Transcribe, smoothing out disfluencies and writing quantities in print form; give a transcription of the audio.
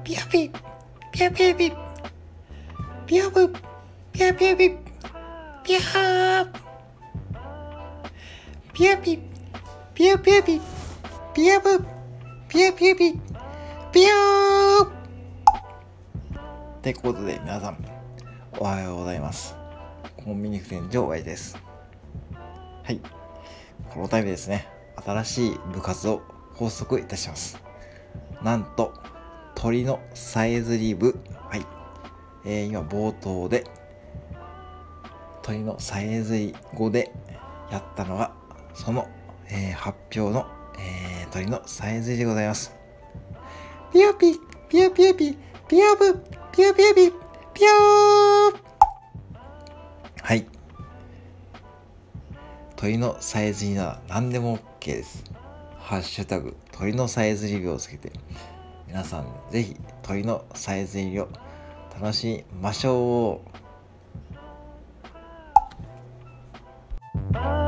ピアピピアピアピピアブピアピアピピアピアピピアピアピピアブピアピアピピアってことで皆さんおはようございます。コンビニ店長 Y です。はい、このタイムですね、新しい部活を発足いたします。なんと鳥のさえずり部、今冒頭で鳥のさえずり語でやったのがその、発表の、鳥のさえずりでございます。ピヨピピヨピヨピピヨブピヨピヨピピヨー。はい、鳥のさえずりなら何でも OK です。ハッシュタグ鳥のさえずり部をつけて皆さんぜひ鳥のさえずりを楽しみましょう。